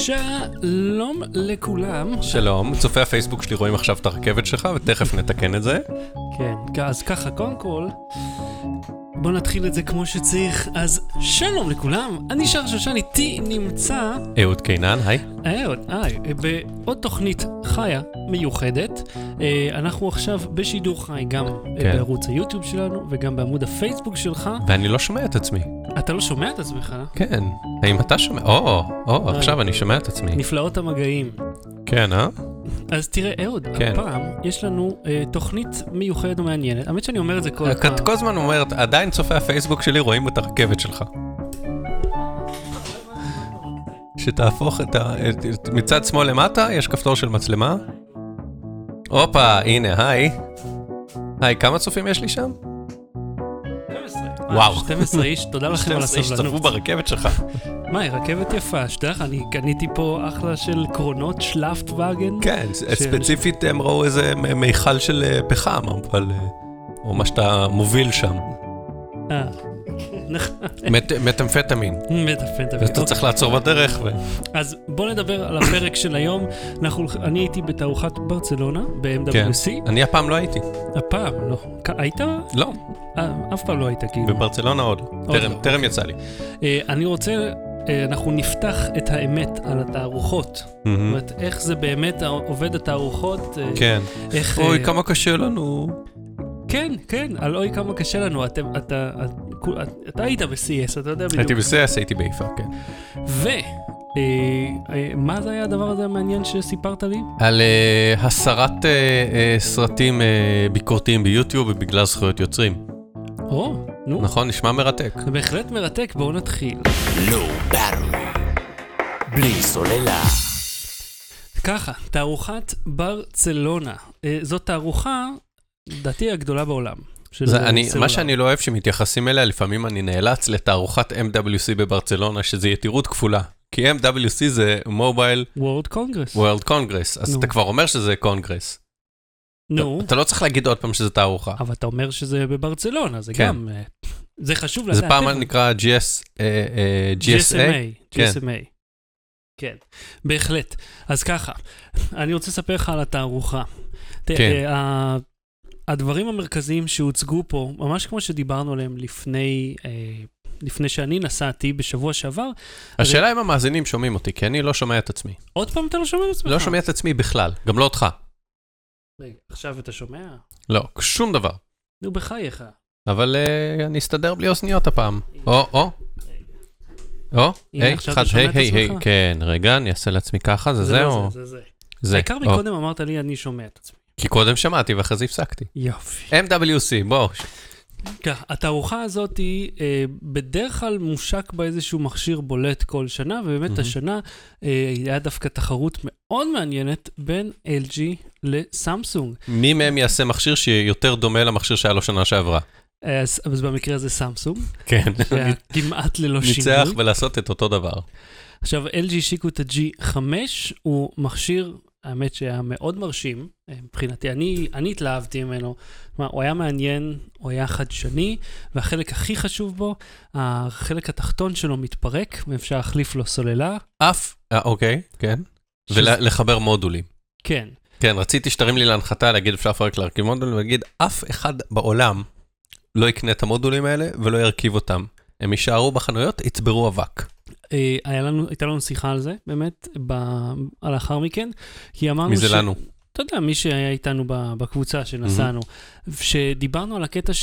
שלום לכולם. שלום, צופי הפייסבוק שלי רואים עכשיו את הרכבת שלך ותכף נתקן את זה. כן, אז ככה, קודם כל, בוא נתחיל את זה כמו שצריך. אז שלום לכולם, אני שר שושן, איתי נמצא אהוד קינן, היי. אהוד, בעוד תוכנית חיה מיוחדת. אנחנו עכשיו בשידור חי גם בערוץ היוטיוב שלנו וגם בעמוד הפייסבוק שלך. ואני לא שומע את עצמי. אתה לא שומע את עצמך? כן, האם אתה שומע? עכשיו אני שומע את עצמי. נפלאות המגעים. כן, אז תראה, אהוד, הפעם יש לנו תוכנית מיוחדת ומעניינת. האמת שאני אומר את זה כל פעם. כל הזמן אומרת, עדיין צופי הפייסבוק שלי רואים את הרכבת שלך. שתהפוך מצד שמאל למטה, יש כפתור של מצלמה. הופה, הנה, היי. היי, כמה צופים יש לי שם? 12. וואו. 12 איש, תודה לכם על הסבלנות. 12 איש צפו ברכבת שלך. מה, היא רכבת יפה, שתדע לך, אני קניתי פה אחלה של קרונות שלאפטווגן. כן, ספציפית הם ראו איזה מיכל של פחם, אבל, או מה שאתה מוביל שם. מטמפטמין. מטמפטמין. אתה צריך לעצור בדרך. אז בוא נדבר על הפרק של היום. אני הייתי בתערוכת ברצלונה, ב-MWC. אני הפעם לא הייתי. הפעם, לא. היית? לא. אף פעם לא היית, כאילו. בברצלונה עוד. טרם יצא לי. אני רוצה, אנחנו נפתח את האמת על התערוכות. זאת אומרת, איך זה באמת עובד התערוכות. כן. אוי, כמה קשה לנו. כן, כן, על אוי כמה קשה לנו, אתה היית ב-CS, אתה יודע בדיוק. הייתי ב-CS, הייתי באיפה, כן. מה זה היה הדבר הזה המעניין שסיפרת לי? על הסרת סרטים ביקורתיים ביוטיוב בגלל זכויות יוצרים. נו. נכון, נשמע מרתק. זה בהחלט מרתק, בואו נתחיל. לא ברור. בלי סוללה. ככה, תערוכת ברצלונה. זאת תערוכה דעתי הגדולה בעולם. מה שאני לא אוהב שמתייחסים אליה, לפעמים אני נאלץ לתערוכת MWC בברצלונה, שזה יתירות כפולה. כי MWC זה מובייל... World Congress. אז אתה כבר אומר שזה קונגרס. נו. אתה לא צריך להגיד עוד פעם שזה תערוכה. אבל אתה אומר שזה בברצלונה, זה גם... זה חשוב לדעת. זה פעם נקרא GSA. GSMA. כן, בהחלט. אז ככה, אני רוצה לספר לך על התערוכה. כן. הדברים המרכזיים שהוצגו פה, ממש כמו שדיברנו עליהם לפני שאני נסעתי בשבוע שעבר. השאלה אם המאזינים שומעים אותי, כי אני לא שומע את עצמי. עוד פעם אתה לא שומע את עצמך? לא שומע את עצמי בכלל, גם לא אותך. רגע, עכשיו אתה שומע? לא, שום דבר. נו, בחייך. אבל אני אסתדר בלי אוזניות הפעם. היי, כן, רגע, אני אעשה לעצמי ככה, זה זה או? זה. העיקר מקודם אמרת לי, אני שומע את עצמי. כי קודם שמעתי ואחרי זה הפסקתי. יופי. MWC, בוא. כך, התערוכה הזאת היא בדרך כלל מושק באיזשהו מכשיר בולט כל שנה, ובאמת השנה היה דווקא תחרות מאוד מעניינת בין LG לסמסונג. מי מהם יעשה מכשיר שיותר דומה למכשיר שהיה לו שנה שעברה? אז במקרה הזה סמסונג. כן. כמעט ללא שינוי. ניצח ולעשות את אותו דבר. עכשיו, LG השיקו את ה-G5, הוא מכשיר... האמת שהיה מאוד מרשים, מבחינתי, אני התלהבתי ממנו, הוא היה מעניין, הוא היה חדשני, והחלק הכי חשוב בו, החלק התחתון שלו מתפרק, ואפשר להחליף לו סוללה. אוקיי, כן. ולחבר מודולים. כן. כן, רציתי שתרים לי להנחתה, להגיד אפשר לפרק להרכיב מודולים, ולהגיד, אף אחד בעולם לא יקנה את המודולים האלה, ולא ירכיב אותם. הם יישארו בחנויות, יצברו אבק. הייתה לנו שיחה על זה, באמת, לאחר מכן, כי אמרנו מי זה לנו? אתה יודע, מי שהיה איתנו בקבוצה שנסענו, שדיברנו על הקטע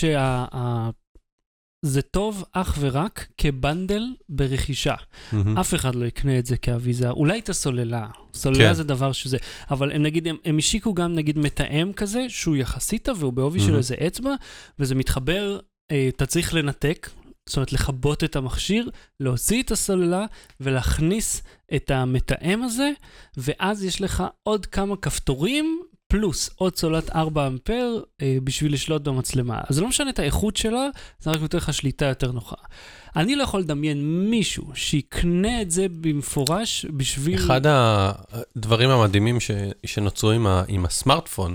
זה טוב אך ורק כבנדל ברכישה. אף אחד לא יקנה את זה כאביזה. אולי את הסוללה. סוללה זה דבר שזה... אבל הם השיקו גם, נגיד, מתאם כזה, שהוא יחסית, והוא בעובי של איזה אצבע, וזה מתחבר, אתה צריך לנתק, זאת אומרת, לחבות את המכשיר, להוציא את הסוללה ולהכניס את המתאם הזה, ואז יש לך עוד כמה כפתורים, פלוס עוד סוללת 4 אמפר בשביל לשלוט במצלמה. אז זה לא משנה את האיכות שלה, זה רק יותר לך שליטה יותר נוחה. אני לא יכול לדמיין מישהו שיקנה את זה במפורש בשביל... אחד הדברים המדהימים שנוצרו עם הסמארטפון,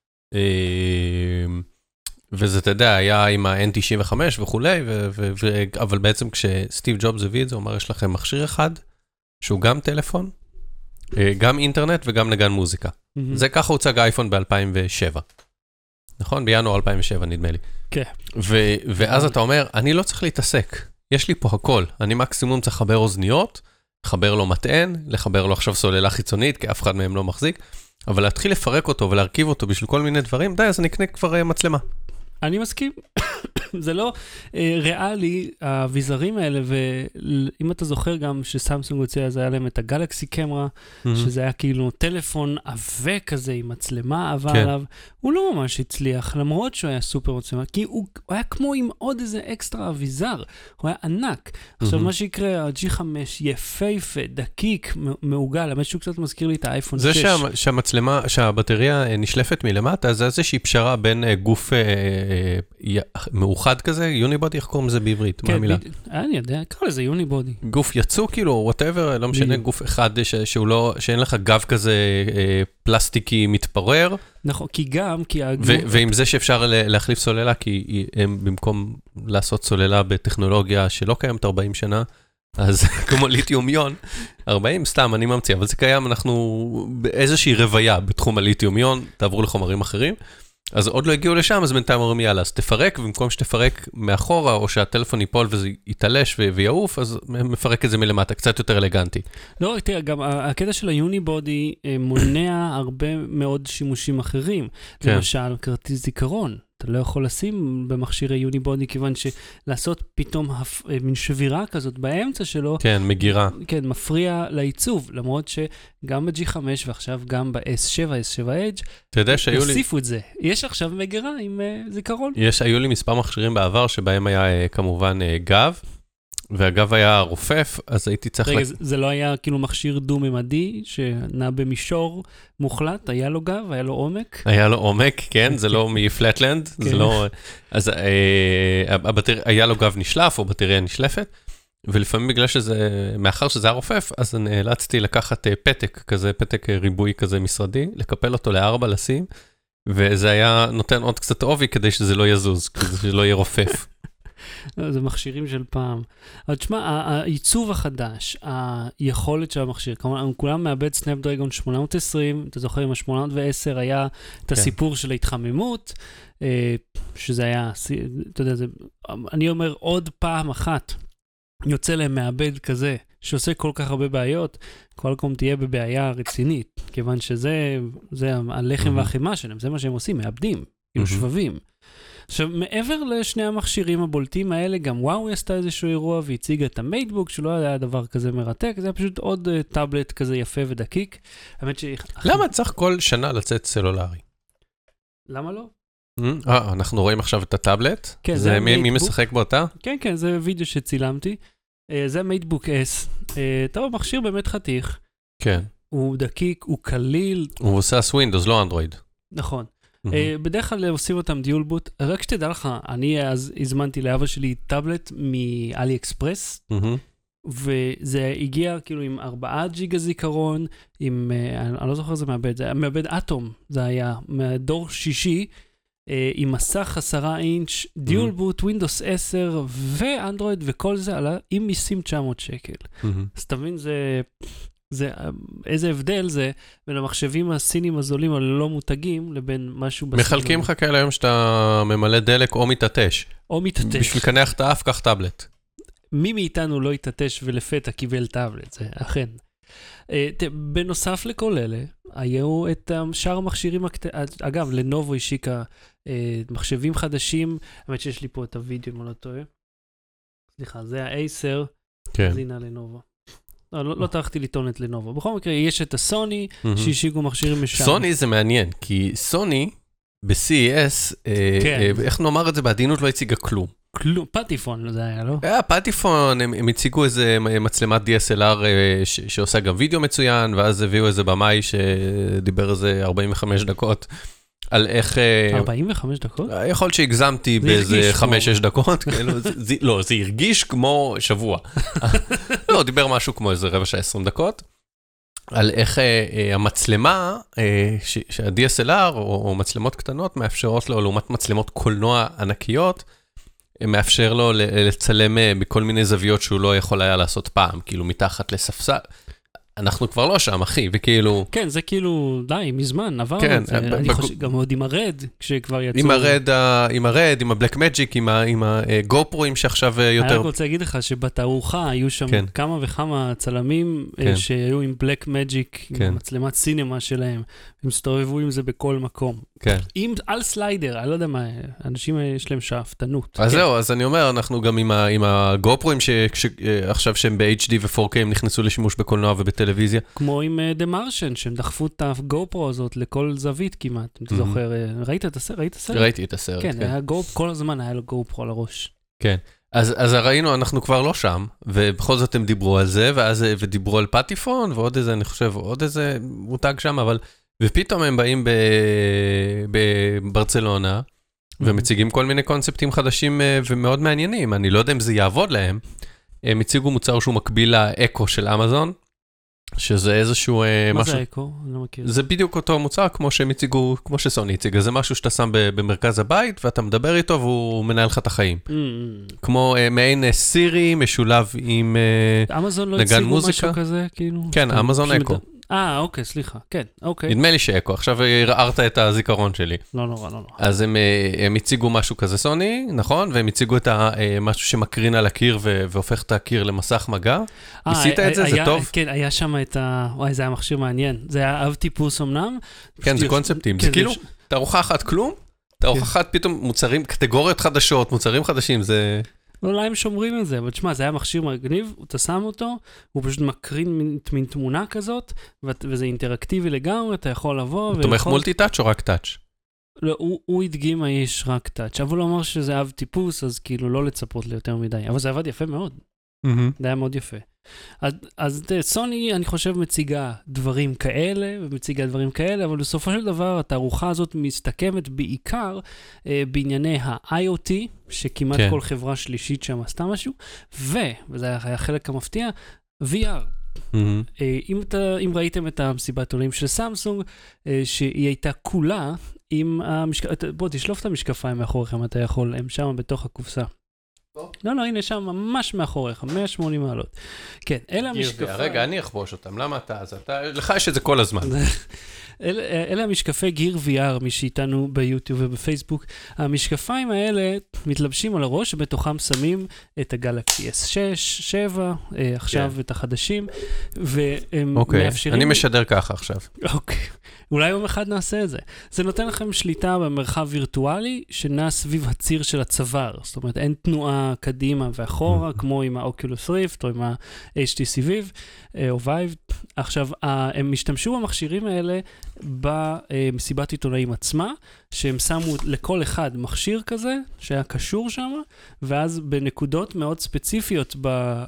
וזה, אתה יודע, היה עם ה-N95 וכולי, אבל בעצם כשסטיב ג'ובס הביא את זה, הוא אמר, יש לכם מכשיר אחד, שהוא גם טלפון, גם אינטרנט וגם נגן מוזיקה. זה ככה הוצג האייפון ב-2007. נכון? בינואר 2007 נדמה לי. כן. ואז אתה אומר, אני לא צריך להתעסק. יש לי פה הכל. אני מקסימום צריך לחבר אוזניות, לחבר לו מטען, לחבר לו עכשיו סוללה חיצונית, כי אף אחד מהם לא מחזיק, אבל להתחיל לפרק אותו ולהרכיב אותו בשביל כל מיני דברים, די, אז אני אקנה כבר מצלמה. אני מסכים. זה לא ריאלי, הוויזרים האלה, ואם אתה זוכר גם שסמסונג הוציאה, אז היה להם את הגלקסי קמרה, שזה היה כאילו טלפון עבה כזה עם מצלמה עבה עליו, הוא לא ממש הצליח, למרות שהוא היה סופר מצלמה, כי הוא היה כמו עם עוד איזה אקסטרה אביזר, הוא היה ענק. עכשיו מה שיקרה, ה-G5 יפהפה, דקיק, מעוגל, האמת שהוא קצת מזכיר לי את האייפון 6. זה שהמצלמה, שהבטריה נשלפת מלמטה, זה איזושהי פשרה בין גוף מאוחד כזה, יוניבודי, איך קוראים לזה בעברית? מה המילה? אני יודע, קרא לזה יוניבודי. גוף יצוא כאילו, whatever, לא משנה, גוף אחד שאין לך גב כזה פלסטיקי מתפורר. נכון, כי גם, ועם זה שאפשר להחליף סוללה, כי הם במקום לעשות סוללה בטכנולוגיה שלא קיימת 40 שנה, אז כמו ליתיומיון, 40 סתם, אני ממציא, אבל זה קיים, אנחנו באיזושהי רוויה בתחום הליתיומיון, תעברו לחומרים אחרים, אז עוד לא הגיעו לשם, אז בינתיים אומרים, יאללה, אז תפרק, ובמקום שתפרק מאחורה, או שהטלפון ייפול וזה יתעלש ויעוף, אז מפרק את זה מלמטה, קצת יותר אלגנטי. לא, תראה, גם הקטע של היוניבודי מונע הרבה מאוד שימושים אחרים. למשל, כרטיס זיכרון. אתה לא יכול לשים במכשירי יוניבודי, כיוון שלעשות פתאום מין שבירה כזאת באמצע שלו. כן, מגירה. כן, מפריע לעיצוב, למרות שגם ב-G5 ועכשיו גם ב-S7, S7 Edge, הוסיפו את זה. יש עכשיו מגירה עם זיכרון. היו לי מספר מכשירים בעבר, שבהם היה כמובן גב, והגב היה רופף, אז הייתי צריך... רגע, זה לא היה כאילו מכשיר דו-ממדי, שנע במישור מוחלט, היה לו גב, היה לו עומק? היה לו עומק, כן, זה לא מפלטלנד, זה לא... אז היה לו גב נשלף, או בטריה נשלפת, ולפעמים בגלל שזה, מאחר שזה היה רופף, אז נאלצתי לקחת פתק כזה, פתק ריבוי כזה משרדי, לקפל אותו ל4 לשים, וזה היה נותן עוד קצת עובי כדי שזה לא יזוז, כדי שזה לא יהיה רופף. זה מכשירים של פעם. אבל תשמע, העיצוב החדש, היכולת של המכשיר, כולם מאבד סנאפדרגון 820, אתה זוכר עם ה-810 היה את הסיפור של ההתחממות, שזה היה, אתה יודע, אני אומר עוד פעם אחת, יוצא להם מאבד כזה, שעושה כל כך הרבה בעיות, קוואלקום תהיה בבעיה רצינית, כיוון שזה הלחם והחימה שלהם, זה מה שהם עושים, מאבדים, כאילו שבבים. עכשיו, מעבר לשני המכשירים הבולטים האלה, גם וואוי עשתה איזשהו אירוע והציגה את המייטבוק, שלא היה דבר כזה מרתק, זה היה פשוט עוד טאבלט כזה יפה ודקיק. למה צריך כל שנה לצאת סלולרי? למה לא? אנחנו רואים עכשיו את הטאבלט? כן, זה מי משחק באותה? כן, כן, זה וידאו שצילמתי. זה המייטבוק S. טוב, המכשיר באמת חתיך. כן. הוא דקיק, הוא קליל. הוא עושה ווינדוס, לא אנדרואיד. נכון. בדרך כלל עושים אותם דיול בוט, רק שתדע לך, אני אז הזמנתי לאבא שלי טאבלט מאלי אקספרס, וזה הגיע כאילו עם 4 ג'יגה זיכרון, עם, אני לא זוכר זה מעבד, זה מעבד אטום, זה היה מהדור 6, עם מסך 10 אינץ', דיול בוט, ווינדוס 10 ואנדרואיד, וכל זה עלה עם מיסים 900 שקל. אז תבין, איזה הבדל זה בין המחשבים הסינים הזולים הלא מותגים לבין משהו בסדר. מחלקים לך כאלה היום שאתה ממלא דלק או מתעטש. או מתעטש. בשביל קנח את האף, קח טאבלט. מי מאיתנו לא התעטש ולפתע קיבל טאבלט, זה אכן. בנוסף לכל אלה, היו את שאר המכשירים, אגב, לנובו השיקה מחשבים חדשים, האמת שיש לי פה את הוידאו אם אני לא טועה. סליחה, זה ה-Acer, אז הנה לנובו. לא טרחתי לטעון את לנובו. בכל מקרה, יש את הסוני, שהשיגו מכשירים משם. סוני זה מעניין, כי סוני ב-CES, איך נאמר את זה, בעדינות לא הציגה כלום. כלום, פטיפון זה היה, לא? פטיפון, הם הציגו איזה מצלמת DSLR שעושה גם וידאו מצוין, ואז הביאו איזה במאי שדיבר איזה 45 דקות. על איך... 45 דקות? יכול להיות שהגזמתי באיזה 5-6 דקות. לא, זה הרגיש כמו שבוע. לא, דיבר משהו כמו איזה 15-20 דקות. על איך המצלמה, שה-DSLR או מצלמות קטנות, מאפשרות לו, לעומת מצלמות קולנוע ענקיות, מאפשר לו לצלם בכל מיני זוויות שהוא לא יכול היה לעשות פעם, כאילו מתחת לספסל. אנחנו כבר לא שם, אחי, וכאילו... כן, זה כאילו, די, מזמן, עברנו את זה. אני חושב, גם עוד עם הרד, כשכבר יצאו... עם הרד, עם הבלק מג'יק, עם הגופרואים שעכשיו יותר... אני רק רוצה להגיד לך שבתערוכה היו שם כמה וכמה צלמים שהיו עם בלק מג'יק, עם מצלמת סינמה שלהם, הם הסתובבו עם זה בכל מקום. כן. על סליידר, אני לא יודע מה, אנשים יש להם שאפתנות. אז זהו, אז אני אומר, אנחנו גם עם הגופרואים שעכשיו שהם ב-HD ו-4K הם נכנסו לשימוש בקולנוע ובטלוויזיה. כמו עם The Martian, שהם דחפו את הגופרו הזאת לכל זווית כמעט, אם אתה זוכר. ראית את הסרט? ראיתי את הסרט, כן. כן, כל הזמן היה לו גופרו על הראש. כן. אז ראינו, אנחנו כבר לא שם, ובכל זאת הם דיברו על זה, ודיברו על פטיפון, ועוד איזה, אני חושב, עוד איזה מותג שם, אבל... ופתאום הם באים בברצלונה, ומציגים כל מיני קונספטים חדשים ומאוד מעניינים. אני לא יודע אם זה יעבוד להם. הם הציגו מוצר שהוא מקביל לאקו של אמזון, שזה איזשהו מה משהו... זה אקו? אני לא מכיר. זה בדיוק אותו מוצר כמו שהם הציגו, כמו שסוני הציגה. זה משהו שאתה שם במרכז הבית, ואתה מדבר איתו והוא מנהל לך את החיים. כמו מעין סירי משולב עם נגן מוזיקה. אמזון לא הציגו משהו כזה? כן, אמזון אקו. אוקיי, סליחה, כן, אוקיי. נדמה לי שאקו, עכשיו הרערת את הזיכרון שלי. לא נורא, לא נורא. אז הם הציגו משהו כזה סוני, נכון? והם הציגו את משהו שמקרין על הקיר והופך את הקיר למסך מגע. ניסית את זה? זה טוב? כן, היה שם את וואי, זה היה מכשיר מעניין. זה היה אב טיפוס אמנם. כן, זה קונספטים. זה כאילו, תערוכה אחת כלום, תערוכה אחת פתאום מוצרים, קטגוריות חדשות, מוצרים חדשים, זה... אולי הם שומרים את זה, אבל תשמע, זה היה מכשיר מגניב, אתה שם אותו, הוא פשוט מקרין מין תמונה כזאת, וזה אינטראקטיבי לגמרי, אתה יכול לבוא... הוא תומך מולטי-טאץ' או רק טאץ'? לא, הוא הדגים האיש רק טאץ', אבל הוא אמר שזה אב טיפוס, אז כאילו לא לצפות ליותר מדי, אבל זה עבד יפה מאוד. זה היה מאוד יפה. אז סוני, אני חושב, מציגה דברים כאלה, ומציגה דברים כאלה, אבל בסופו של דבר, התערוכה הזאת מסתכמת בעיקר בענייני ה-IoT, שכמעט כל חברה שלישית שם עשתה משהו, וזה היה חלק המפתיע, VR. אם ראיתם את המסיבת עולים של סמסונג, שהיא הייתה כולה עם בוא, תשלוף את המשקפיים מאחוריכם, אתה יכול, הם שם בתוך הקופסה. לא, הנה שם ממש מאחוריך, 180 מעלות. כן, אלה המשקפיים... רגע, אני אחבוש אותם, למה אתה? לך יש את זה כל הזמן. אלה המשקפי גיר VR, מי שאיתנו ביוטיוב ובפייסבוק. המשקפיים האלה מתלבשים על הראש, שבתוכם שמים את הגלקסי S6, 7, עכשיו את החדשים, והם מאפשרים... אני משדר ככה עכשיו. אוקיי. אולי יום אחד נעשה את זה. זה נותן לכם שליטה במרחב וירטואלי, שנע סביב הציר של הצוואר. זאת אומרת, אין תנועה קדימה ואחורה, כמו עם האוקולוס ריפט, או עם ה-HTC Vive, או Vive. עכשיו, הם משתמשו במכשירים האלה במסיבת עיתונאים עצמה, שהם שמו לכל אחד מכשיר כזה, שהיה קשור שם, ואז בנקודות מאוד ספציפיות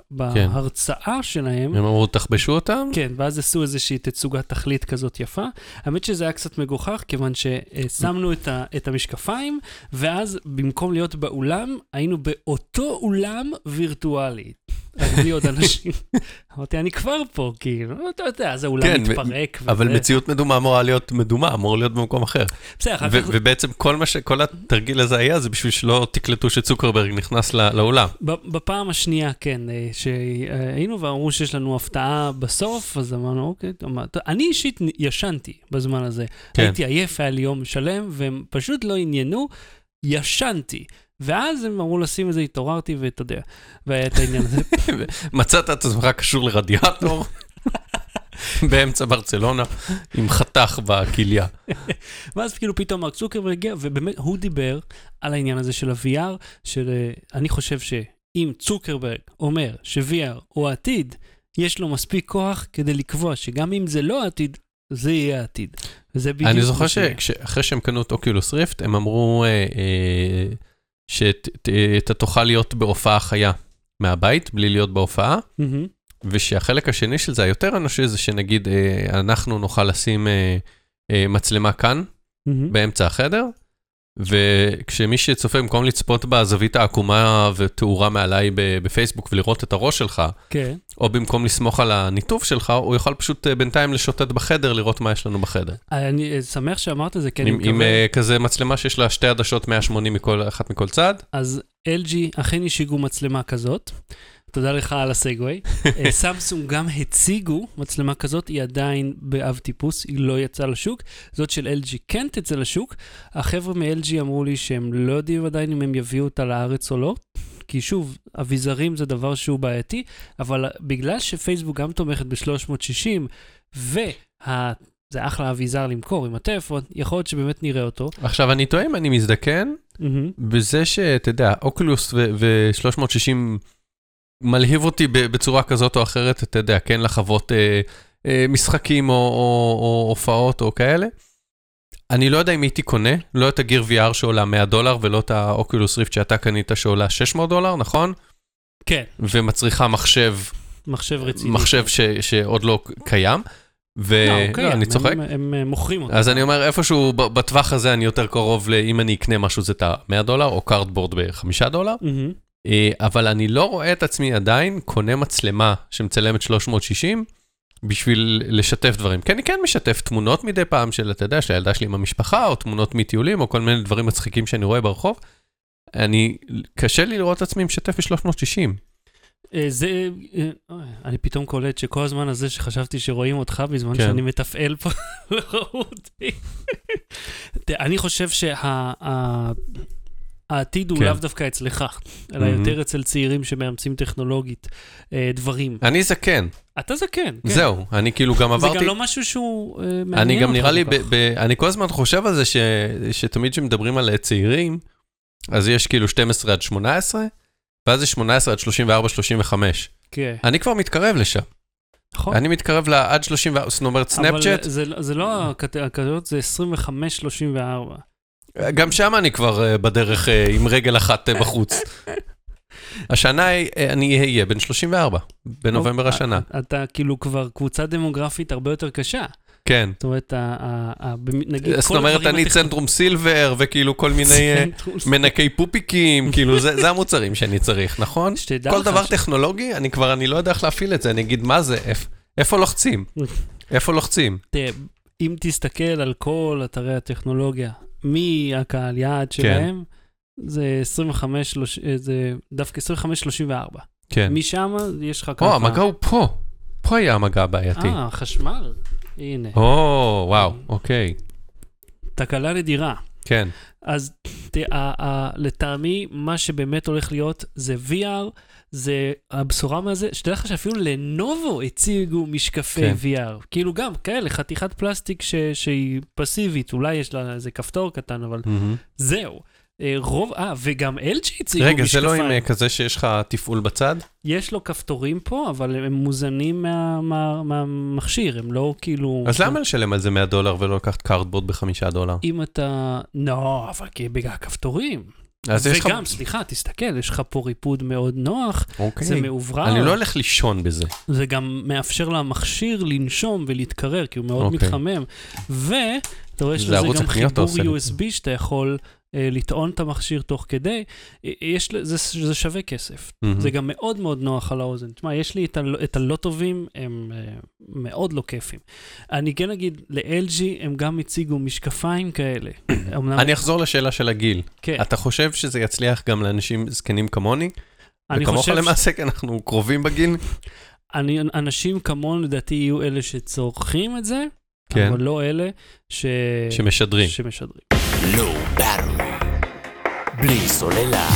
בהרצאה שלהם... הם אמרו, תחבשו אותם? כן, ואז עשו איזושהי תצוגת תכלית כזאת יפה. האמת שזה היה קצת מגוחך, כיוון ששמנו את המשקפיים, ואז במקום להיות באולם, היינו באותו אולם וירטואלי. בלי עוד אנשים. אמרתי, אני כבר פה, כאילו, אתה יודע, אז האולם מתפרק. אבל מציאות מדומה אמורה להיות מדומה, אמורה להיות במקום אחר. ובעצם כל התרגיל הזה היה, זה בשביל שלא תקלטו שצוקרברג נכנס לאולם. בפעם השנייה, כן, שהיינו ואמרו שיש לנו הפתעה בסוף, אז אמרנו, אוקיי, אני אישית ישנתי בזמן הזה. הייתי עייף, היה לי יום שלם, והם פשוט לא עניינו, ישנתי. ואז הם אמרו לשים את זה, התעוררתי ואתה יודע, והיה את העניין הזה. מצאת את עצמך קשור לרדיאטור, באמצע ברצלונה, עם חתך בכליה. ואז כאילו פתאום מרק צוקרברג הגיע, ובאמת הוא דיבר על העניין הזה של ה-VR, שאני חושב שאם צוקרברג אומר ש-VR הוא העתיד, יש לו מספיק כוח כדי לקבוע שגם אם זה לא העתיד, זה יהיה העתיד. אני זוכר שאחרי שהם קנו את אוקולוס ריפט, הם אמרו... שאתה תוכל להיות בהופעה חיה מהבית, בלי להיות בהופעה, ושהחלק השני של זה, היותר אנושי, זה שנגיד, אנחנו נוכל לשים מצלמה כאן, באמצע החדר, וכשמי שצופה, במקום לצפות בזווית העקומה ותאורה מעליי בפייסבוק, ולראות את הראש שלך, או במקום לסמוך על הניתוב שלך, הוא יוכל פשוט בינתיים לשוטט בחדר, לראות מה יש לנו בחדר. אני שמח שאמרת את זה, כן. עם כזה מצלמה שיש לה שתי עדשות 180 אחת מכל צד. אז LG אכן השיגו מצלמה כזאת. תודה לך על הסגווי. סמסונג גם הציגו מצלמה כזאת, היא עדיין באב טיפוס, היא לא יצאה לשוק. זאת של LG כן תצא לשוק. החבר'ה מ-LG אמרו לי שהם לא יודעים עדיין אם הם יביאו אותה לארץ או לא. כי שוב, אביזרים זה דבר שהוא בעייתי, אבל בגלל שפייסבוק גם תומכת ב-360, זה אחלה אביזר למכור עם הטלפון, יכול להיות שבאמת נראה אותו. עכשיו, אני טועה אם אני מזדקן, בזה שאתה יודע, אוקולוס ו-360 מלהיב אותי בצורה כזאת או אחרת, אתה יודע, כן לחוות משחקים או הופעות או כאלה. אני לא יודע אם הייתי קונה, לא את הגיר VR שעולה $100 ולא את האוקולוס ריפט שאתה קנית שעולה $600, נכון? כן. ומצריכה מחשב רציני. מחשב שעוד לא קיים. ואני צוחק. הם מוכרים אותם. אז אני אומר, איפשהו בטווח הזה אני יותר קרוב אם אני אקנה משהו זה את $100 או קארדבורד $5. אבל אני לא רואה את עצמי עדיין קונה מצלמה שמצלמת 360 בשביל לשתף דברים. כי אני כן משתף תמונות מדי פעם של, אתה יודע, של הילדה שלי עם המשפחה, או תמונות מטיולים, או כל מיני דברים מצחיקים שאני רואה ברחוב. קשה לי לראות את עצמי משתף ב-360. אני פתאום קולט שכל הזמן הזה שחשבתי שרואים אותך בזמן שאני מתפעל פה, לא ראו אותי. אני חושב העתיד הוא לאו דווקא אצלך, אלא יותר אצל צעירים שמאמצים טכנולוגית דברים. אני זקן. אתה זקן, כן. זהו, אני כאילו גם עברתי... זה גם לא משהו שהוא מעניין. אני גם נראה לי, אני כל הזמן חושב על זה שתמיד שמדברים על צעירים, אז יש כאילו 12 עד 18, ואז זה 18 עד 34, 35. כן. אני כבר מתקרב לשם. נכון. אני מתקרב לעד 34, זאת אומרת סנאפצ'אט. אבל זה לא הקטגוריות, זה 25, 34. גם שם אני כבר בדרך עם רגל אחת בחוץ. השנה אני אהיה בן 34, בנובמבר השנה. אתה כאילו כבר קבוצה דמוגרפית הרבה יותר קשה. כן. זאת אומרת, נגיד... זאת אומרת, אני צנטרום סילבר, וכאילו כל מיני מנקי פופיקים, כאילו זה המוצרים שאני צריך, נכון? כל דבר טכנולוגי, אני לא יודע איך להפעיל את זה, אני אגיד, מה זה? איפה לוחצים? איפה לוחצים? אם תסתכל על כל אתרי הטכנולוגיה, מי הקהל יעד שלהם, זה 25, זה דווקא 25-34. כן. משם יש לך ככה... המגע הוא פה. פה היה המגע הבעייתי. חשמל. הנה. וואו, אוקיי. תקלה נדירה. כן. אז לטעמי, מה שבאמת הולך להיות זה VR, זה הבשורה מהזה, שתדע לך שאפילו לנובו הציגו משקפי VR. כאילו גם כאלה, חתיכת פלסטיק שהיא פסיבית, אולי יש לה איזה כפתור קטן, אבל זהו. וגם LG הציגו משקפיים. רגע, זה לא עם כזה שיש לך תפעול בצד? יש לו כפתורים פה, אבל הם מוזנים מהמכשיר, הם לא כאילו... אז למה לשלם על זה $100 ולא לקחת קארדבורד $5? אם אתה... לא, אבל בגלל הכפתורים. וגם, סליחה, תסתכל, יש לך פה ריפוד מאוד נוח, זה מעוברר. אני לא הולך לישון בזה. זה גם מאפשר למכשיר לנשום ולהתקרר, כי הוא מאוד מתחמם. ואתה רואה שזה גם חיבור USB שאתה יכול לטעון את המכשיר תוך כדי, זה שווה כסף. זה גם מאוד מאוד נוח על האוזן. תשמע, יש לי את הלא טובים, הם מאוד לא כיפים. אני כן אגיד, ל-LG הם גם הציגו משקפיים כאלה. אני אחזור לשאלה של הגיל. אתה חושב שזה יצליח גם לאנשים זקנים כמוני? וכמוך למעשה, כי אנחנו קרובים בגיל? אנשים כמון, לדעתי, יהיו אלה שצורכים את זה, אבל לא אלה שמשדרים. לא ברור. בלי סוללה.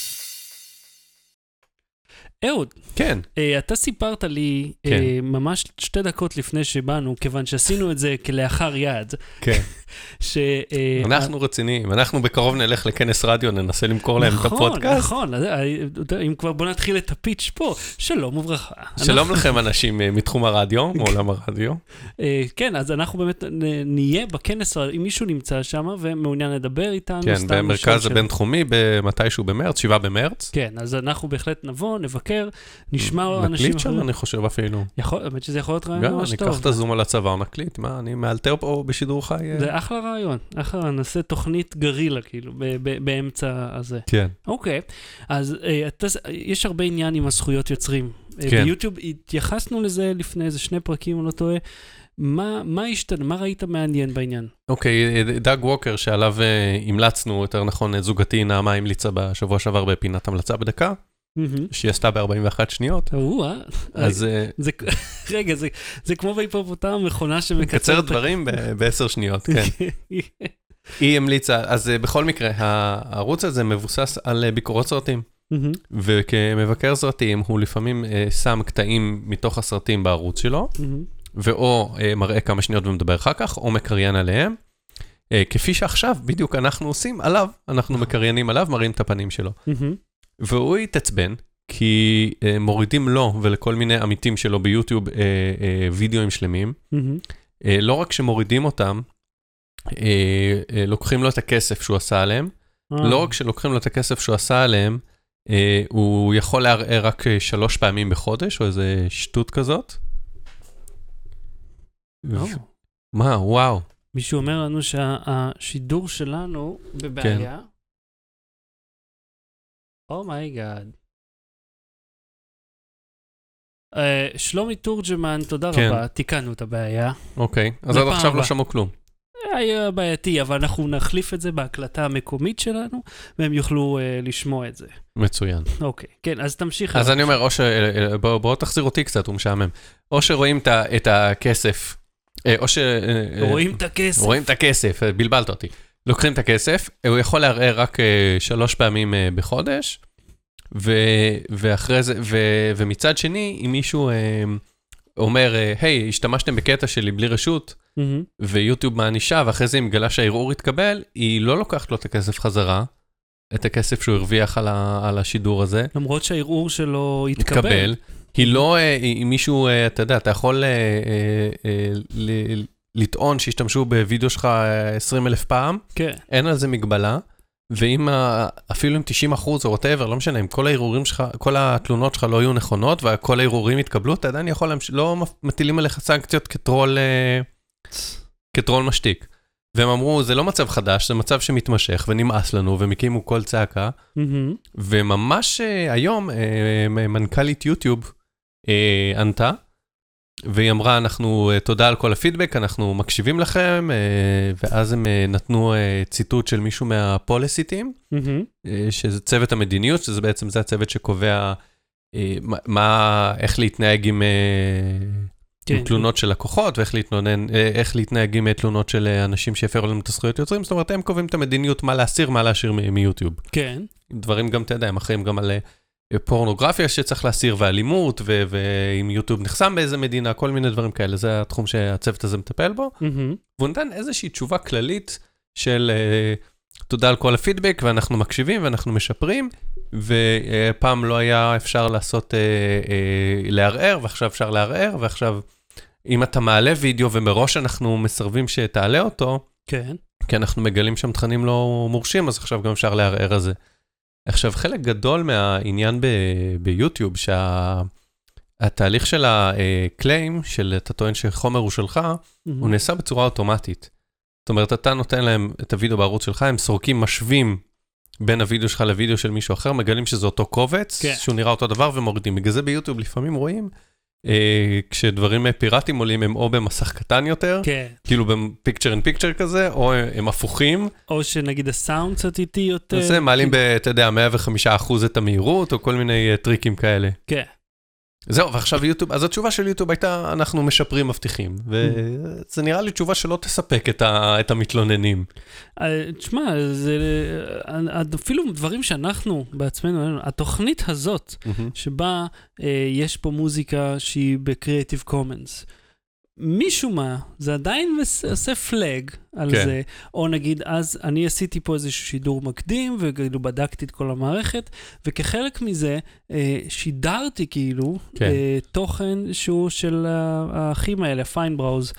אהוד, כן. אתה סיפרת לי ממש 2 דקות לפני שבאנו, כיוון שעשינו את זה כלאחר יד. כן. אנחנו רציניים, אנחנו בקרוב נלך לכנס רדיו, ננסה למכור להם את הפודקאסט. נכון, אם כבר בוא נתחיל את הפיץ' פה, שלום וברכה. שלום לכם אנשים מתחום הרדיו, מעולם הרדיו. כן, אז אנחנו באמת נהיה בכנס, אם מישהו נמצא שם ומעוניין לדבר איתנו. כן, במרכז הבינתחומי, מתישהו במרץ, 7 במרץ. כן, אז אנחנו בהחלט נבוא, נבקר, נשמע אנשים... נקליט שם, אני חושב אפילו. באמת שזה יכול להיות רעיון ממש טוב. ניקח את הזום על הצבא, נקליט, מה, אני מאלתר פה בשידור חי. זה אחלה רעיון, נעשה תוכנית גרילה, כאילו, באמצע הזה. כן. אוקיי, אז יש הרבה עניין עם הזכויות יוצרים. ביוטיוב התייחסנו לזה לפני איזה 2 פרקים, אני לא טועה. מה השתנה? מה ראית מעניין בעניין? אוקיי, דאג ווקר שעליו המלצנו, יותר נכון, זוגתי נעמה המליצה בשבוע שעבר בפינת המלצה בדקה. שהיא עשתה ב-41 שניות. אז... רגע, זה כמו בהיפופוטם, מכונה שמקצרת דברים ב10 שניות, כן. היא המליצה, אז בכל מקרה, הערוץ הזה מבוסס על ביקורות סרטים. וכמבקר סרטים, הוא לפעמים שם קטעים מתוך הסרטים בערוץ שלו, ואו מראה כמה שניות ומדבר אחר כך, או מקריין עליהם. כפי שעכשיו, בדיוק אנחנו עושים עליו, אנחנו מקריינים עליו, מראים את הפנים שלו. והוא יתעצבן, כי מורידים לו ולכל מיני עמיתים שלו ביוטיוב וידאוים שלמים. לא רק שמורידים אותם, לוקחים לו את הכסף שהוא עשה עליהם. לא רק שלוקחים לו את הכסף שהוא עשה עליהם, הוא יכול לערער רק 3 פעמים בחודש, או איזה שטות כזאת. מה, וואו. מישהו אומר לנו שהשידור שלנו בבעיה. אומייגאד. שלומי תורג'מן, תודה רבה, תיקנו את הבעיה. אוקיי, אז עד עכשיו לא שמעו כלום. היה בעייתי, אבל אנחנו נחליף את זה בהקלטה המקומית שלנו, והם יוכלו לשמוע את זה. מצוין. אוקיי, כן, אז תמשיך. אז אני אומר, בואו תחזיר אותי קצת, הוא משעמם. או שרואים את הכסף, או ש... רואים את הכסף. רואים את הכסף, בלבלת אותי. לוקחים את הכסף, הוא יכול לערער רק 3 פעמים בחודש, ואחרי זה, ומצד שני, אם מישהו אומר, היי, השתמשתם בקטע שלי בלי רשות, ויוטיוב מענישה, ואחרי זה אם גלה שהערעור יתקבל, היא לא לוקחת לו את הכסף חזרה, את הכסף שהוא הרוויח על השידור הזה. למרות שהערעור שלו יתקבל. היא לא, אם מישהו, אתה יודע, אתה יכול לטעון שהשתמשו בווידאו שלך 20,000 פעם, אין על זה מגבלה, ואם אפילו עם 90% או whatever, לא משנה, אם כל הערעורים שלך, כל התלונות שלך לא היו נכונות, וכל הערעורים התקבלו, אתה עדיין יכול, לא מטילים עליך סנקציות כטרול משתיק. והם אמרו, זה לא מצב חדש, זה מצב שמתמשך, ונמאס לנו, והם הקימו כל צעקה, וממש היום, מנכ"לית יוטיוב ענתה, והיא אמרה, תודה על כל הפידבק, אנחנו מקשיבים לכם, ואז הם נתנו ציטוט של מישהו מהפוליסיטים, שזה צוות המדיניות, שזה בעצם זה הצוות שקובע איך להתנהג עם תלונות של לקוחות, ואיך להתנהג עם תלונות של אנשים שהפרו להם את הזכויות יוצרים, זאת אומרת, הם קובעים את המדיניות, מה להסיר, מה להשאיר מיוטיוב. כן. דברים גם, אתה יודע, הם אחרים גם על פורנוגרפיה שצריך להסיר, ואלימות, ואם יוטיוב נחסם באיזה מדינה, כל מיני דברים כאלה, זה התחום שהצוות הזה מטפל בו, והוא נתן איזושהי תשובה כללית של תודה על כל הפידבק, ואנחנו מקשיבים, ואנחנו משפרים, ופעם לא היה אפשר לעשות, לערער, ועכשיו אפשר לערער, ועכשיו, אם אתה מעלה וידאו, ומראש אנחנו מסרבים שתעלה אותו, כן. כי אנחנו מגלים שם תכנים לא מורשים, אז עכשיו גם אפשר לערער על זה. עכשיו, חלק גדול מהעניין ביוטיוב, שהתהליך של הקליים, של אתה טוען שחומר הוא שלך, הוא נעשה בצורה אוטומטית. זאת אומרת, אתה נותן להם את הוידאו בערוץ שלך, הם סורקים, משווים בין הוידאו שלך לוידאו של מישהו אחר, מגלים שזה אותו קובץ, שהוא נראה אותו דבר, ומורידים. בגלל זה ביוטיוב לפעמים רואים, כשדברים פיראטיים עולים, הם או במסך קטן יותר, כאילו בפיקצ'ר אין פיקצ'ר כזה, או הם הפוכים. או שנגיד הסאונד קצת איטי יותר. זה מעלים אתה יודע, 105% את המהירות, או כל מיני טריקים כאלה. כן. זהו, ועכשיו יוטיוב, אז התשובה של יוטיוב הייתה, אנחנו משפרים מבטיחים, וזה נראה לי תשובה שלא תספק את המתלוננים. תשמע, אפילו דברים שאנחנו בעצמנו, התוכנית הזאת, שבה יש פה מוזיקה שהיא ב-Creative Commons, מישהו מה, זה עדיין עושה פלאג על זה, או נגיד, אז אני עשיתי פה איזשהו שידור מקדים, וכאילו בדקתי את כל המערכת, וכחלק מזה, שידרתי כאילו, תוכן שהוא של האחים האלה, פיינבראוז,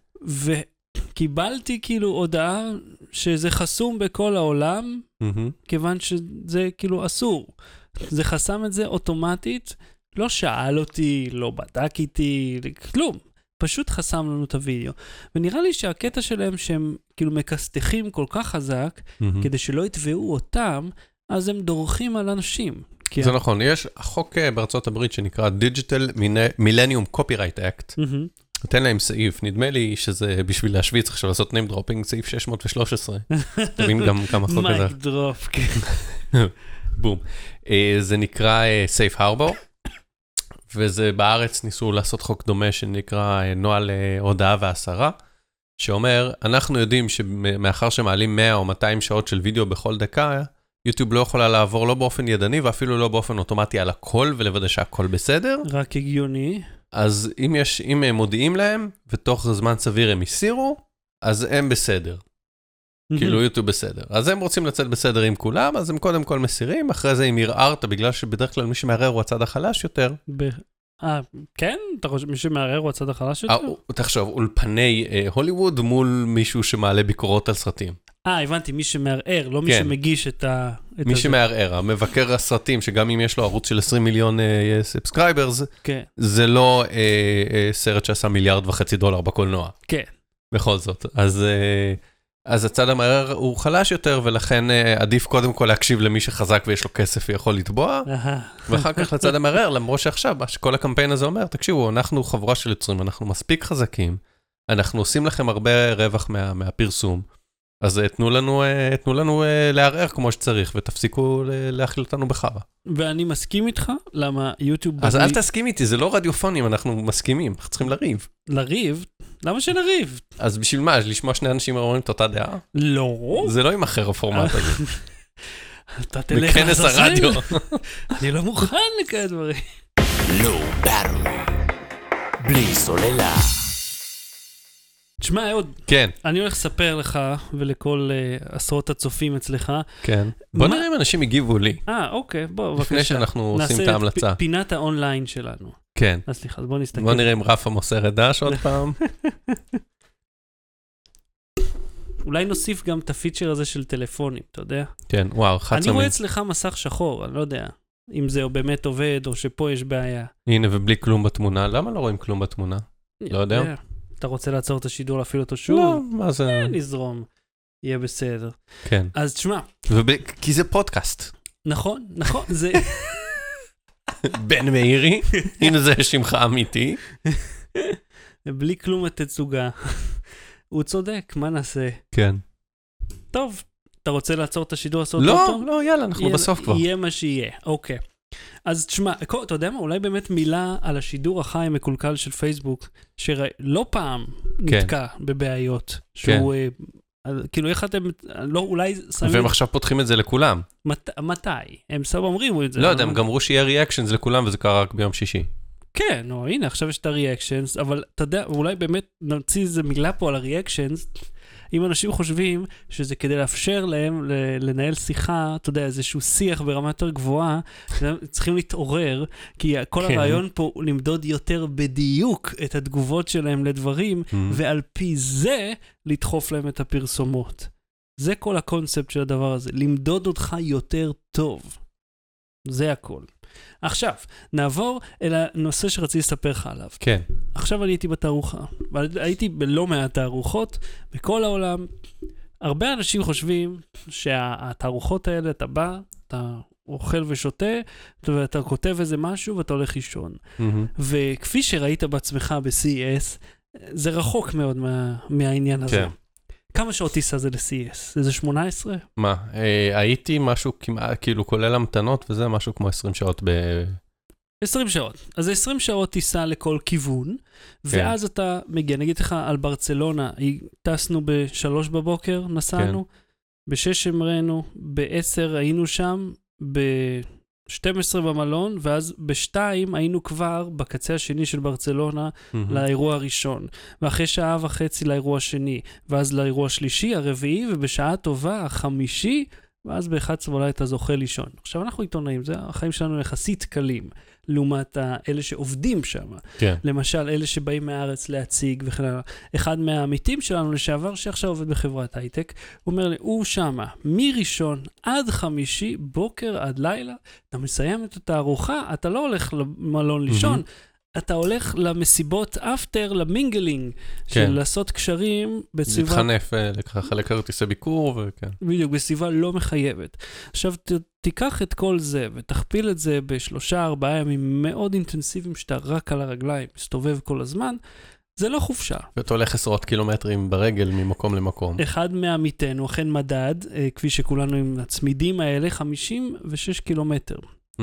וקיבלתי כאילו הודעה שזה חסום בכל העולם, כיוון שזה כאילו אסור. זה חסם את זה אוטומטית, לא שאל אותי, לא בדק איתי, כלום. פשוט חסם לנו את הוידאו. ונראה לי שהקטע שלהם שהם כאילו מקסטחים כל כך חזק, כדי שלא יתבעו אותם, אז הם דורכים על אנשים. זה נכון, יש החוק בארצות הברית שנקרא Digital Millennium Copyright Act. נותן להם סעיף, נדמה לי שזה בשביל להשוויץ, עכשיו לעשות name dropping, סעיף 613. תבין גם כמה חוק הזה. מייק דרופ, כן. בום. זה נקרא Safe Harbor, וזה בארץ ניסו לעשות חוק דומה שנקרא נוהל הודעה והסרה, שאומר, אנחנו יודעים שמאחר שמעלים 100 או 200 שעות של וידאו בכל דקה, יוטיוב לא יכולה לעבור לא באופן ידני, ואפילו לא באופן אוטומטי על הכל, ולוודא שהכל בסדר. רק הגיוני. אז אם הם מודיעים להם, ותוך זמן סביר הם יסירו, אז הם בסדר. כאילו יוטיוב בסדר. אז הם רוצים לצאת בסדר עם כולם, אז הם קודם כל מסירים, אחרי זה אם ירערת, בגלל שבדרך כלל מי שמערער הוא הצד החלש יותר. כן? אתה חושב מי שמערער הוא הצד החלש יותר? תחשוב, אולפני הוליווד מול מישהו שמעלה ביקורות על סרטים. הבנתי, מי שמערער, לא מי שמגיש את מי שמערער, המבקר הסרטים, שגם אם יש לו ערוץ של 20 מיליון סאבסקרייברס, זה לא סרט שעשה $1.5 מיליארד בקולנוע. כן. בכל זאת. אז הצד המערער הוא חלש יותר, ולכן עדיף קודם כל להקשיב למי שחזק ויש לו כסף ויכול לתבוע, ואחר כך לצד המערער, למרות שעכשיו, כל הקמפיין הזה אומר, תקשיבו, אנחנו חבורה של יוצרים, אנחנו מספיק חזקים, אנחנו עושים לכם הרבה רווח מהפרסום, אז תנו לנו לערער כמו שצריך, ותפסיקו להכיל אותנו בחרה. ואני מסכים איתך, למה יוטיוב... אז אל תסכים איתי, זה לא רדיופונים, אנחנו מסכימים, אנחנו צריכים לריב. לריב? למה שנריב? אז בשביל מה? לשמוע שני אנשים אומרים את אותה דעה? לא. זה לא ימחר הפורמט הזה. אתה תלך בכנס הרדיו. אני לא מוכן לכאלה דברים. לא ברור. בלי סוללה. תשמע, עוד. כן. אני הולך לספר לך ולכל עשרות הצופים אצלך. כן. בוא נראה אם אנשים הגיבו לי. אוקיי, בוא, בבקשה. לפני שאנחנו עושים את ההמלצה. נעשה את פינת האונליין שלנו. כן. אז סליחה, אז בוא נסתכל. בוא נראה אם רפה מוסרת דש עוד פעם. אולי נוסיף גם את הפיצ'ר הזה של טלפונים, אתה יודע? כן, וואו, חצמי. אני רואה אצלך מסך שחור, אני לא יודע אם זה באמת עובד או שפה יש בעיה. הנה, ובלי כלום בתמונה. למה לא רואים כלום בתמונה? לא יודע. אתה רוצה לעצור את השידור, להפעיל אותו שוב? לא, מה זה? נזרום. יהיה בסדר. כן. אז תשמע. כי זה פודקאסט. נכון, זה... בן מאירי, הנה זה שמך אמיתי. בלי כלום התצוגה. הוא צודק, מה נעשה? כן. טוב, אתה רוצה לעצור את השידור לעשות לא, אותו? לא, יאללה, אנחנו בסוף כבר. יהיה מה שיהיה, אוקיי. אז תשמע, אתה יודע מה? אולי באמת מילה על השידור החי המקולקל של פייסבוק, שלא פעם נתקע בבעיות. שהוא, כאילו איך אתם, לא, אולי... והם עכשיו פותחים את זה לכולם. מתי? הם סתם אומרים את זה. לא יודע, הם גמרו שיהיה ריאקשנס לכולם, וזה קרה רק ביום שישי. כן, הנה, עכשיו יש את הריאקשנס, אבל אתה יודע, אולי באמת נמציא איזה מילה פה על הריאקשנס, אם אנשים חושבים שזה כדי לאפשר להם לנהל שיחה, אתה יודע, איזשהו שיח ברמה יותר גבוהה, צריכים להתעורר, כי כל הרעיון פה הוא למדוד יותר בדיוק את התגובות שלהם לדברים, ועל פי זה לדחוף להם את הפרסומות. זה כל הקונספט של הדבר הזה, למדוד אותך יותר טוב. זה הכל. עכשיו, נעבור אל הנושא שרציתי לספר לך עליו. כן. עכשיו אני הייתי בתערוכה, והייתי בלא מעט תערוכות בכל העולם. הרבה אנשים חושבים שהתערוכות האלה, אתה בא, אתה אוכל ושותה, ואתה כותב איזה משהו ואתה הולך לישון. וכפי שראית בעצמך ב-CES, זה רחוק מאוד מהעניין הזה. כן. כמה שעות טיסה זה ל-CES? איזה 18? מה? הייתי משהו כמעט, כאילו כולל המתנות, וזה משהו כמו 20 שעות 20 שעות. אז 20 שעות טיסה לכל כיוון, ואז אתה מגיע, נגיד לך על ברצלונה, טסנו ב-3 בבוקר, נסענו, ב-6 אמרנו, ב-10 היינו שם, ב-12 במלון, ואז ב-2 היינו כבר בקצה השני של ברצלונה לאירוע הראשון, ואחרי שעה וחצי לאירוע השני, ואז לאירוע השלישי, הרביעי, ובשעה טובה, החמישי, ואז ב-11 אולי אתה זוכה לישון. עכשיו אנחנו עיתונאים, זה החיים שלנו יחסית קלים, לעומת אלה שעובדים שם. כן. למשל, אלה שבאים מהארץ להציג וכן הלאה. אחד מהעמיתים שלנו לשעבר, שעכשיו עובד בחברת הייטק, הוא אומר לי, הוא שמה, מראשון עד חמישי, בוקר עד לילה, אתה מסיים את התערוכה, אתה לא הולך למלון לישון, אתה הולך למסיבות אפטר, למינגלינג, של לעשות קשרים בסביבה... להתחנף, לחלק כרטיסי ביקור, וכן. בדיוק, בסביבה לא מחייבת. עכשיו, תיקח את כל זה, ותכפיל את זה ב3-4 ימים מאוד אינטנסיביים, שאתה רק על הרגליים, מסתובב כל הזמן, זה לא חופשה. ואתה הולך עשרות קילומטרים ברגל ממקום למקום. אחד מעמיתנו, אכן מדד, כפי שכולנו עם הצמידים האלה, 56 קילומטר.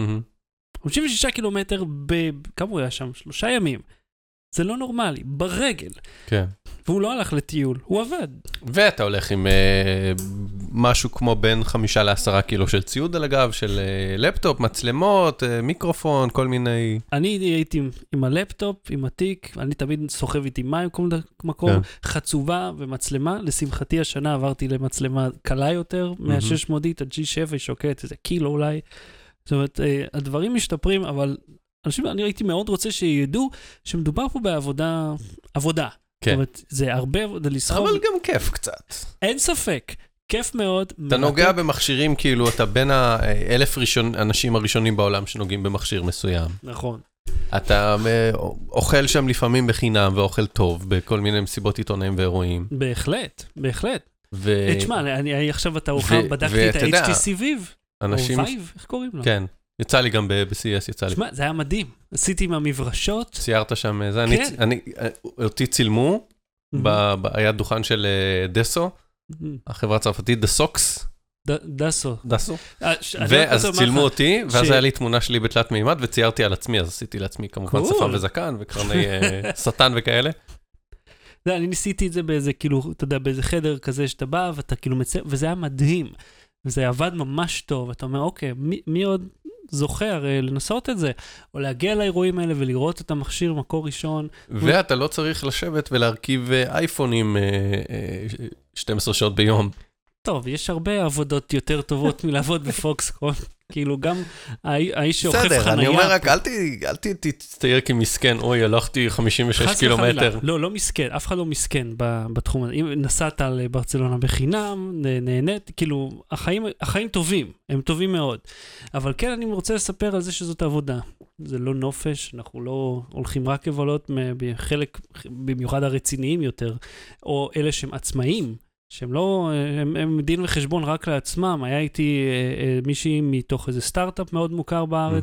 56 קילומטר, כמה הוא היה שם? 3 ימים. זה לא נורמלי, ברגל. כן. והוא לא הלך לטיול, הוא עבד. ואתה הולך עם משהו כמו בין 5 ל10 קילו של ציוד על הגב, של לפטופ, מצלמות, מיקרופון, כל מיני... אני הייתי עם הלפטופ, עם התיק, אני תמיד סוחב איתי מים, כל מקום, חצובה ומצלמה. לשמחתי השנה עברתי למצלמה קלה יותר, מה-600ית, ה-G7 היא שוקלת איזה קילו אולי. זאת אומרת, הדברים משתפרים, אבל אני הייתי מאוד רוצה שידעו שמדובר פה בעבודה, עבודה. כן. זאת אומרת, זה הרבה עבודה לסחוב. אבל גם כיף קצת. אין ספק. כיף מאוד. אתה נוגע במכשירים, כאילו, אתה בין 1,000 אנשים הראשונים בעולם שנוגעים במכשיר מסוים. נכון. אתה אוכל שם לפעמים בחינם, ואוכל טוב, בכל מיני מסיבות עיתונאים ואירועים. בהחלט, בהחלט. תשמע, אני עכשיו אתה אוכל, בדקתי את ה-HTC Vive. אנשים... או Vive, איך קוראים לו? כן. יצא לי גם ב-CES, יצא לי. תשמע, זה היה מדהים. עשיתי עם המברשות. ציירת שם, כן. אותי צילמו, היה דוכן של דסו, החברה הצרפתית, דסוקס. דסו. ואז צילמו אותי, ואז היה לי תמונה שלי בתלת מימד, וציירתי על עצמי, אז עשיתי לעצמי כמובן שפם וזקן, וקרני שטן וכאלה. אני ניסיתי את זה באיזה, כאילו, אתה יודע, באיזה חדר כזה שאתה בא, ואתה כאילו מצייר, וזה היה מדהים. וזה עבד ממש טוב, אתה אומר, אוקיי, מי עוד זוכר לנסות את זה, או להגיע לאירועים האלה ולראות את המכשיר מקור ראשון. ואתה לא צריך לשבת ולהרכיב אייפונים 12 שעות ביום. טוב, יש הרבה עבודות יותר טובות מלעבוד בפוקסקון. כאילו גם האיש שאוכף חנייה. בסדר, אני אומר רק, אל תצטייר כמסכן, אוי, הלכתי 56 קילומטר. לא, לא מסכן, אף אחד לא מסכן בתחום הזה. אם נסעת לברצלונה בחינם, נהנית, כאילו, החיים טובים, הם טובים מאוד. אבל כן, אני רוצה לספר על זה שזאת עבודה. זה לא נופש, אנחנו לא הולכים רק לבלות בחלק, במיוחד הרציניים יותר, או אלה שהם עצמאים. שהם לא, הם דין וחשבון רק לעצמם. היה איתי מישהי מתוך איזה סטארט-אפ מאוד מוכר בארץ,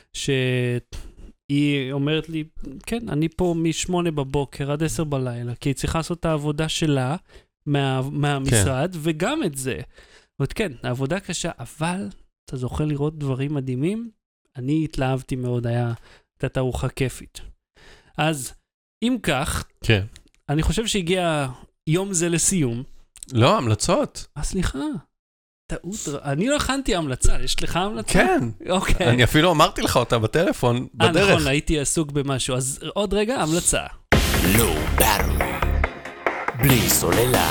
שהיא אומרת לי, כן, אני פה מ8 בבוקר עד 10 בלילה, כי היא צריכה לעשות את העבודה שלה מהמשרד, וגם את זה. ועוד כן, העבודה קשה, אבל אתה זוכה לראות דברים מדהימים. אני התלהבתי מאוד, הייתה תערוכה כיפית. אז, אם כך, אני חושב שהגיע יום זה לסיום, לא, המלצות. סליחה. טעות, אני לא הכנתי המלצה, יש לך המלצה? כן. אוקיי. אני אפילו אמרתי לך אותה בטלפון, בדרך. נכון, הייתי עסוק במשהו, אז עוד רגע, המלצה. Low battery. בלי סוללה.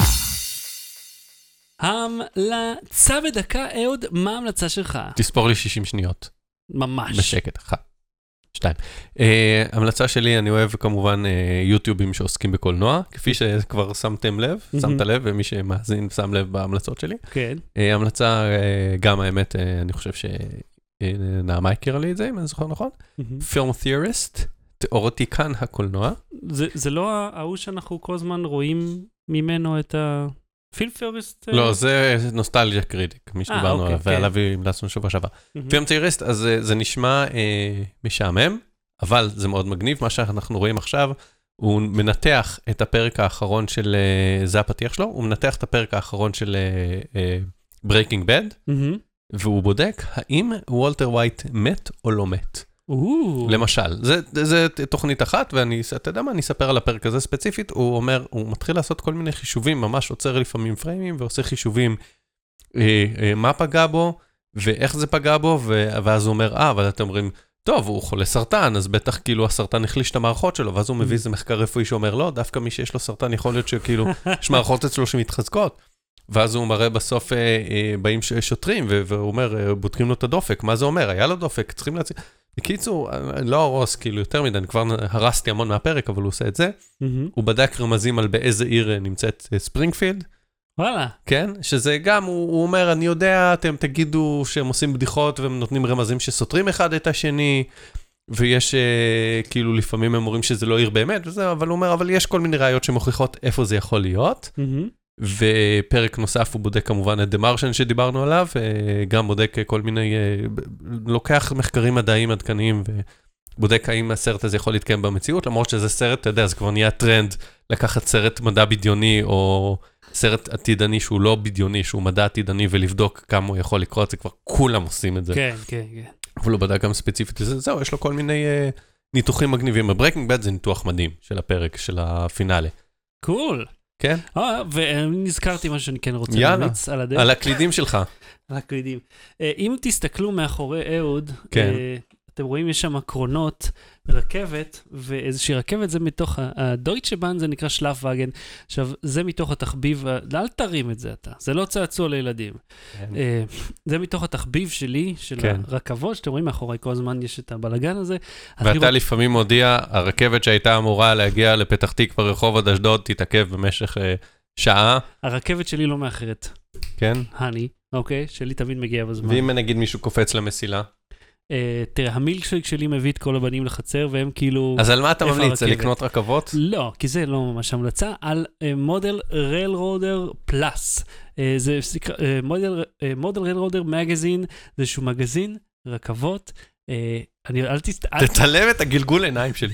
המלצה בדקה, אהוד, מה ההמלצה שלך? תספור לי 60 שניות. ממש. בשקט, 1, 2. המלצה שלי, אני אוהב כמובן יוטיובים שעוסקים בקולנוע, כפי שכבר שמתם לב, שמת לב, ומי שמאזין שם לב בהמלצות שלי. כן. המלצה, גם האמת, אני חושב שנעמה הכירה לי את זה, אם אני זוכר נכון. Film Theorist, תיאורטיקן הקולנוע. זה לא ההוא שאנחנו כל הזמן רואים ממנו את ה... פילם תיאוריסט? לא, זה נוסטלגיה קריטיק, מי שדיברנו עליו, ועליו המלצנו שבוע שעבר. פילם תיאוריסט, אז זה נשמע משעמם, אבל זה מאוד מגניב. מה שאנחנו רואים עכשיו, הוא מנתח את הפרק האחרון של, זה הפתיח שלו, הוא מנתח את הפרק האחרון של Breaking Bad, והוא בודק האם וולטר ווייט מת או לא מת. למשל, זה תוכנית אחת, ואתה יודע מה, אני אספר על הפרק הזה ספציפית, הוא אומר, הוא מתחיל לעשות כל מיני חישובים, ממש עוצר לפעמים פריימים, ועושה חישובים מה פגע בו, ואיך זה פגע בו, ואז הוא אומר, אבל אתם אומרים, טוב, הוא חולה סרטן, אז בטח כאילו הסרטן החליש את המערכות שלו, ואז הוא מביא איזה מחקר רפואי שאומר, לא, דווקא מי שיש לו סרטן יכול להיות שכאילו, יש מערכות אצלו שמתחזקות, ואז הוא מראה בסוף, באים שוטרים, והוא אומר, בודקים לו את הדופק, מה זה אומר? היה לו דופק, צריכים להציג. בקיצור, אני לא הרוס כאילו יותר מדי, אני כבר הרסתי המון מהפרק, אבל הוא עושה את זה. הוא בדק רמזים על באיזה עיר נמצאת ספרינגפילד. וואלה. כן, שזה גם, הוא אומר, אני יודע, אתם תגידו שהם עושים בדיחות, והם נותנים רמזים שסותרים אחד את השני, ויש כאילו לפעמים הם אומרים שזה לא עיר באמת, וזה, אבל הוא אומר, אבל יש כל מיני ראיות שמוכיחות איפה זה יכול להיות. ופרק נוסף הוא בודק כמובן את The Martian שדיברנו עליו, גם בודק כל מיני, לוקח מחקרים מדעיים עדכניים בודק האם הסרט הזה יכול להתקיים במציאות, למרות שזה סרט, אתה יודע, זה כבר נהיה טרנד לקחת סרט מדע בדיוני, או סרט עתידני שהוא לא בדיוני, שהוא מדע עתידני, ולבדוק כמה הוא יכול לקרות, זה כבר כולם עושים את זה. כן, כן, כן. אבל הוא בדק גם ספציפית לזה, זהו, יש לו כל מיני ניתוחים מגניבים. בברקינג בד זה ניתוח מדהים של הפרק, של הפינאלה. קול. כן? ונזכרתי מה שאני כן רוצה להמיץ על הדרך. על הקלידים שלך. על הקלידים. אם תסתכלו מאחורי אהוד, כן. אתם רואים, יש שם קרונות, רכבת, ואיזושהי רכבת זה מתוך, הדויטשה בן זה נקרא שלאפווגן, עכשיו זה מתוך התחביב, אל תרים את זה אתה, זה לא צעצוע לילדים. זה מתוך התחביב שלי, של הרכבות, שאתם רואים מאחורי כל הזמן יש את הבלגן הזה. ואתה לפעמים מודיע, הרכבת שהייתה אמורה להגיע לפתח תקווה רחוב עד אשדוד, תתעכב במשך שעה. הרכבת שלי לא מאחרת. כן? הני, אוקיי, שלי תמיד מגיע בזמן. ואם נגיד מישהו קופץ למסילה? תראה, המילקשייק שלי מביא את כל הבנים לחצר, והם כאילו... אז על מה אתה ממליץ? לקנות רכבות? לא, כי זה לא ממש המלצה, על מודל ריילרודר פלאס. זה מודל ריילרודר מגזין, זה איזשהו מגזין, רכבות. תתעלם את הגלגול עיניים שלי.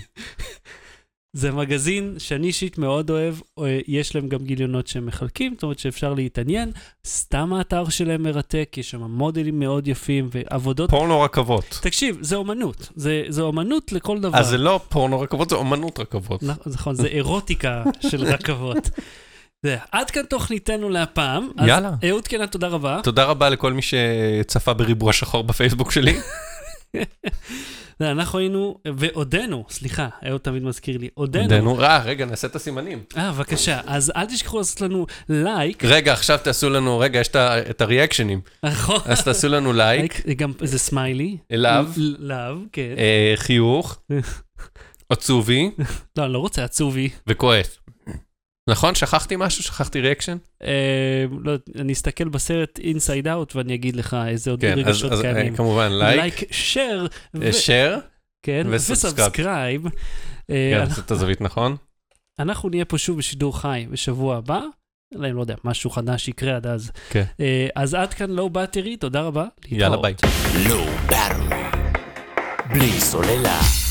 זה מגזין שאני אישית מאוד אוהב, יש להם גם גיליונות שהם מחלקים, זאת אומרת שאפשר להתעניין, סתם האתר שלהם מרתק, יש שם מודלים מאוד יפים ועבודות... פורנו רכבות. תקשיב, זה אומנות, זה אומנות לכל דבר. אז זה לא פורנו רכבות, זה אומנות רכבות. נכון, זה אירוטיקה של רכבות. עד כאן תוכניתנו להפעם. יאללה. אז אהוד קנן, תודה רבה. תודה רבה לכל מי שצפה בריבוע שחור בפייסבוק שלי. אנחנו היינו, ועודנו, סליחה, אהוד תמיד מזכיר לי, עודנו. רגע, נעשה את הסימנים. בבקשה, אז אל תשכחו לעשות לנו לייק. רגע, עכשיו תעשו לנו, יש את הריאקשנים. נכון. אז תעשו לנו לייק. גם איזה סמיילי. לאב, כן. חיוך. עצובי. לא, אני לא רוצה עצובי. וכועס. נכון? שכחתי משהו? שכחתי ריאקשן? לא, אני אסתכל בסרט Inside Out ואני אגיד לך איזה עוד רגשות קיימים. כן, כמובן, לייק, share, וסאבסקרייב. כן, זאת הזווית, נכון? אנחנו נהיה פה שוב בשידור חי בשבוע הבא. אני לא יודע, משהו חדש יקרה עד אז. אז עד כאן לואו באטרי, תודה רבה. יאללה ביי. לואו באטרי, בלי סוללה.